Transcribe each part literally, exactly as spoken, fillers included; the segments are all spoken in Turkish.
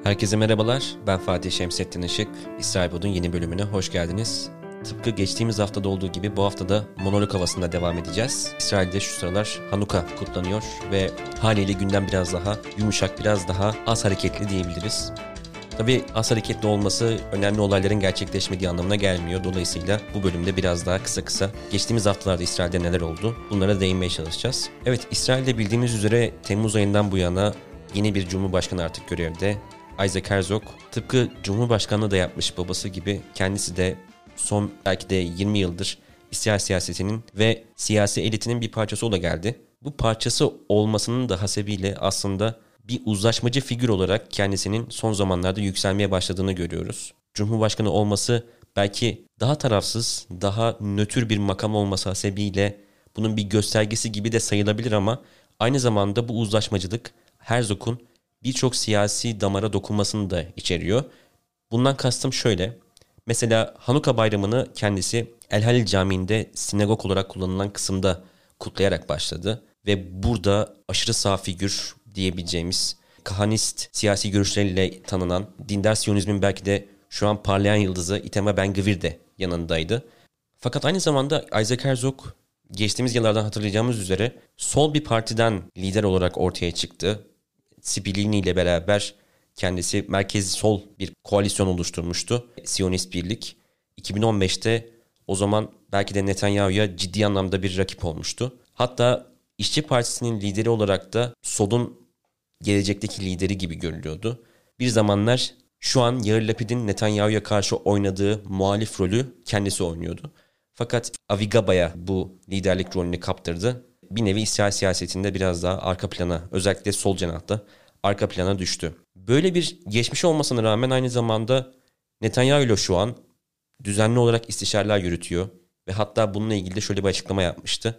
Herkese merhabalar, ben Fatih Şemsettin Işık. İsrail Pod'un yeni bölümüne hoş geldiniz. Tıpkı geçtiğimiz haftada olduğu gibi bu haftada monolog havasında devam edeceğiz. İsrail'de şu sıralar Hanuka kutlanıyor ve haliyle gündem biraz daha yumuşak, biraz daha az hareketli diyebiliriz. Tabii az hareketli olması önemli olayların gerçekleşmediği anlamına gelmiyor. Dolayısıyla bu bölümde biraz daha kısa kısa geçtiğimiz haftalarda İsrail'de neler oldu bunlara değinmeye çalışacağız. Evet, İsrail'de bildiğimiz üzere Temmuz ayından bu yana yeni bir cumhurbaşkanı artık görevde. Isaac Herzog tıpkı Cumhurbaşkanlığı da yapmış babası gibi kendisi de son belki de yirmi yıldır İsrail siyasetinin ve siyasi elitinin bir parçası ola geldi. Bu parçası olmasının da hasebiyle aslında bir uzlaşmacı figür olarak kendisinin son zamanlarda yükselmeye başladığını görüyoruz. Cumhurbaşkanı olması belki daha tarafsız, daha nötr bir makam olması hasebiyle bunun bir göstergesi gibi de sayılabilir ama aynı zamanda bu uzlaşmacılık Herzog'un birçok siyasi damara dokunmasını da içeriyor. Bundan kastım şöyle. Mesela Hanuka bayramını kendisi El Halil Camii'nde sinagog olarak kullanılan kısımda kutlayarak başladı. Ve burada aşırı sağ figür diyebileceğimiz kahanist siyasi görüşleriyle tanınan dindar Siyonizmin belki de şu an parlayan yıldızı Itamar Ben-Gvir de yanındaydı. Fakat aynı zamanda Isaac Herzog geçtiğimiz yıllardan hatırlayacağımız üzere sol bir partiden lider olarak ortaya çıktı. Sipilini ile beraber kendisi merkezi sol bir koalisyon oluşturmuştu. Siyonist Birlik. iki bin on beşte o zaman belki de Netanyahu'ya ciddi anlamda bir rakip olmuştu. Hatta İşçi Partisi'nin lideri olarak da solun gelecekteki lideri gibi görülüyordu. Bir zamanlar şu an Yair Lapid'in Netanyahu'ya karşı oynadığı muhalif rolü kendisi oynuyordu. Fakat Avi Gaba'ya bu liderlik rolünü kaptırdı. Bir nevi İsrail siyasetinde biraz daha arka plana, özellikle sol cenahta arka plana düştü. Böyle bir geçmiş olmasına rağmen aynı zamanda Netanyahu ile şu an düzenli olarak istişareler yürütüyor. Ve hatta bununla ilgili de şöyle bir açıklama yapmıştı.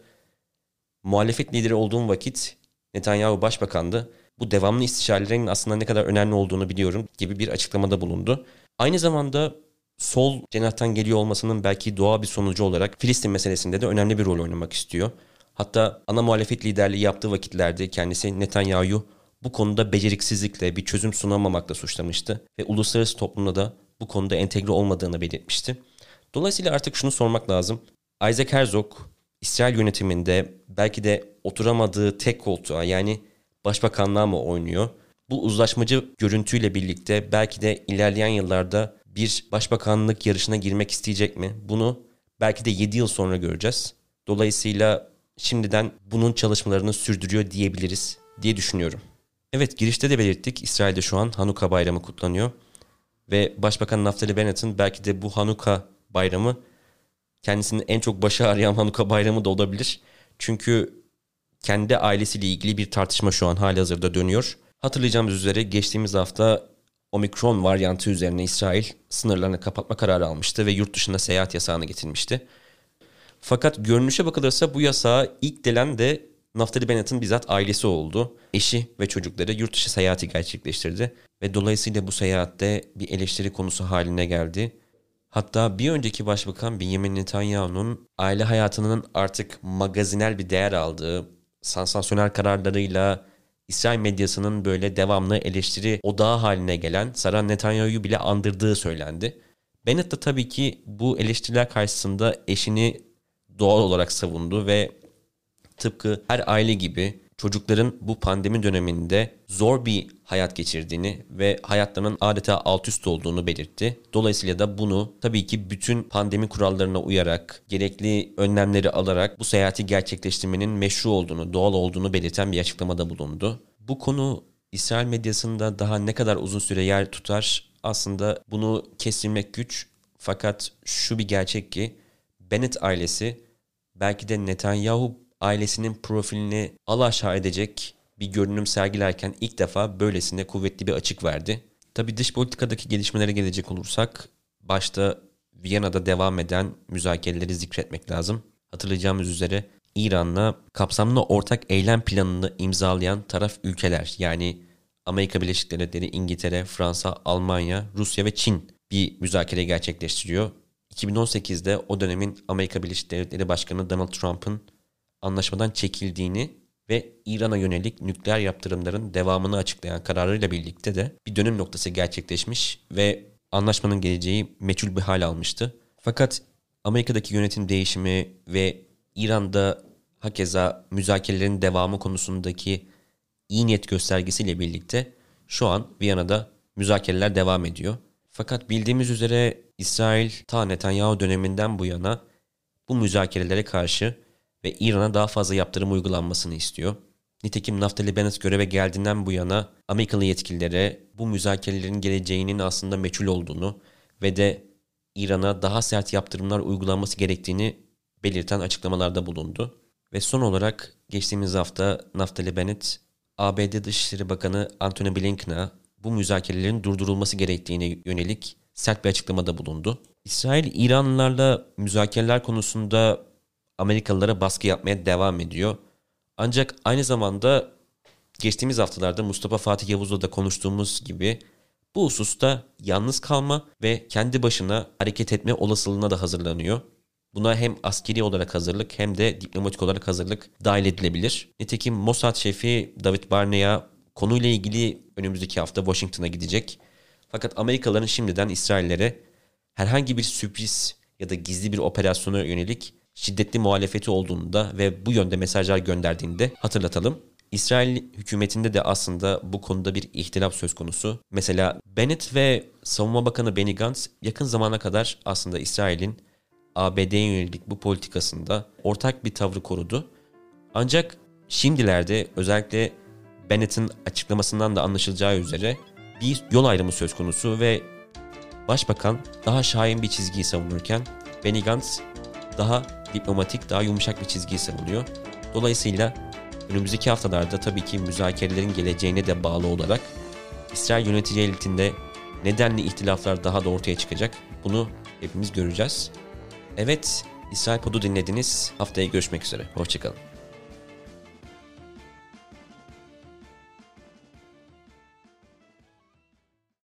Muhalefet lideri olduğum vakit Netanyahu başbakandı. Bu devamlı istişarelerin aslında ne kadar önemli olduğunu biliyorum gibi bir açıklamada bulundu. Aynı zamanda sol cenahtan geliyor olmasının belki doğal bir sonucu olarak Filistin meselesinde de önemli bir rol oynamak istiyor. Hatta ana muhalefet liderliği yaptığı vakitlerde kendisi Netanyahu'yu bu konuda beceriksizlikle bir çözüm sunamamakla suçlamıştı ve uluslararası toplumda da bu konuda entegre olmadığını belirtmişti. Dolayısıyla artık şunu sormak lazım. Isaac Herzog İsrail yönetiminde belki de oturamadığı tek koltuğa, yani başbakanlığa mı oynuyor? Bu uzlaşmacı görüntüyle birlikte belki de ilerleyen yıllarda bir başbakanlık yarışına girmek isteyecek mi? Bunu belki de yedi yıl sonra göreceğiz. Dolayısıyla şimdiden bunun çalışmalarını sürdürüyor diyebiliriz diye düşünüyorum. Evet, girişte de belirttik. İsrail'de şu an Hanuka bayramı kutlanıyor. Ve Başbakan Naftali Bennett'in belki de bu Hanuka bayramı kendisinin en çok başı ağrıyan Hanuka bayramı da olabilir. Çünkü kendi ailesiyle ilgili bir tartışma şu an halihazırda dönüyor. Hatırlayacağımız üzere geçtiğimiz hafta Omikron varyantı üzerine İsrail sınırlarını kapatma kararı almıştı ve yurt dışında seyahat yasağını getirmişti. Fakat görünüşe bakılırsa bu yasağı ilk delen de Naftali Bennett'in bizzat ailesi oldu. Eşi ve çocukları yurt dışı seyahati gerçekleştirdi ve dolayısıyla bu seyahatte bir eleştiri konusu haline geldi. Hatta bir önceki başbakan Benjamin Netanyahu'nun aile hayatının artık magazinel bir değer aldığı, sansasyonel kararlarıyla İsrail medyasının böyle devamlı eleştiri odağı haline gelen Sara Netanyahu'yu bile andırdığı söylendi. Bennett de tabii ki bu eleştiriler karşısında eşini doğal olarak savundu ve tıpkı her aile gibi çocukların bu pandemi döneminde zor bir hayat geçirdiğini ve hayatlarının adeta alt üst olduğunu belirtti. Dolayısıyla da bunu tabii ki bütün pandemi kurallarına uyarak, gerekli önlemleri alarak bu seyahati gerçekleştirmenin meşru olduğunu, doğal olduğunu belirten bir açıklamada bulundu. Bu konu İsrail medyasında daha ne kadar uzun süre yer tutar aslında bunu kestirmek güç. Fakat şu bir gerçek ki Bennett ailesi belki de Netanyahu ailesinin profilini alaşağı edecek bir görünüm sergilerken ilk defa böylesine kuvvetli bir açık verdi. Tabii dış politikadaki gelişmelere gelecek olursak başta Viyana'da devam eden müzakereleri zikretmek lazım. Hatırlayacağımız üzere İran'la kapsamlı ortak eylem planını imzalayan taraf ülkeler, yani Amerika Birleşik Devletleri, İngiltere, Fransa, Almanya, Rusya ve Çin bir müzakere gerçekleştiriyor. iki bin on sekizde o dönemin Amerika Birleşik Devletleri Başkanı Donald Trump'ın anlaşmadan çekildiğini ve İran'a yönelik nükleer yaptırımların devamını açıklayan kararıyla birlikte de bir dönüm noktası gerçekleşmiş ve anlaşmanın geleceği meçhul bir hal almıştı. Fakat Amerika'daki yönetim değişimi ve İran'da hakeza müzakerelerin devamı konusundaki iyi niyet göstergesiyle birlikte şu an Viyana'da müzakereler devam ediyor. Fakat bildiğimiz üzere İsrail ta Netanyahu döneminden bu yana bu müzakerelere karşı ve İran'a daha fazla yaptırım uygulanmasını istiyor. Nitekim Naftali Bennett göreve geldiğinden bu yana Amerikalı yetkililere bu müzakerelerin geleceğinin aslında meçhul olduğunu ve de İran'a daha sert yaptırımlar uygulanması gerektiğini belirten açıklamalarda bulundu. Ve son olarak geçtiğimiz hafta Naftali Bennett, A B D Dışişleri Bakanı Antony Blinken'a bu müzakerelerin durdurulması gerektiğine yönelik sert bir açıklamada bulundu. İsrail, İranlılarla müzakereler konusunda Amerikalılara baskı yapmaya devam ediyor. Ancak aynı zamanda geçtiğimiz haftalarda Mustafa Fatih Yavuz'la da konuştuğumuz gibi bu hususta yalnız kalma ve kendi başına hareket etme olasılığına da hazırlanıyor. Buna hem askeri olarak hazırlık hem de diplomatik olarak hazırlık dahil edilebilir. Nitekim Mossad şefi David Barnea konuyla ilgili önümüzdeki hafta Washington'a gidecek. Fakat Amerikalıların şimdiden İsraillere herhangi bir sürpriz ya da gizli bir operasyona yönelik şiddetli muhalefeti olduğunu da ve bu yönde mesajlar gönderdiğini de hatırlatalım. İsrail hükümetinde de aslında bu konuda bir ihtilaf söz konusu. Mesela Bennett ve Savunma Bakanı Benny Gantz yakın zamana kadar aslında İsrail'in A B D'ye yönelik bu politikasında ortak bir tavrı korudu. Ancak şimdilerde özellikle Bennett'in açıklamasından da anlaşılacağı üzere bir yol ayrımı söz konusu ve Başbakan daha şahin bir çizgiyi savunurken Benny Gantz daha diplomatik, daha yumuşak bir çizgiyi savunuyor. Dolayısıyla önümüzdeki haftalarda tabii ki müzakerelerin geleceğine de bağlı olarak İsrail yönetici elitinde nedenli ihtilaflar daha da ortaya çıkacak. Bunu hepimiz göreceğiz. Evet, İsrail Pod'u dinlediniz. Haftaya görüşmek üzere. Hoşçakalın.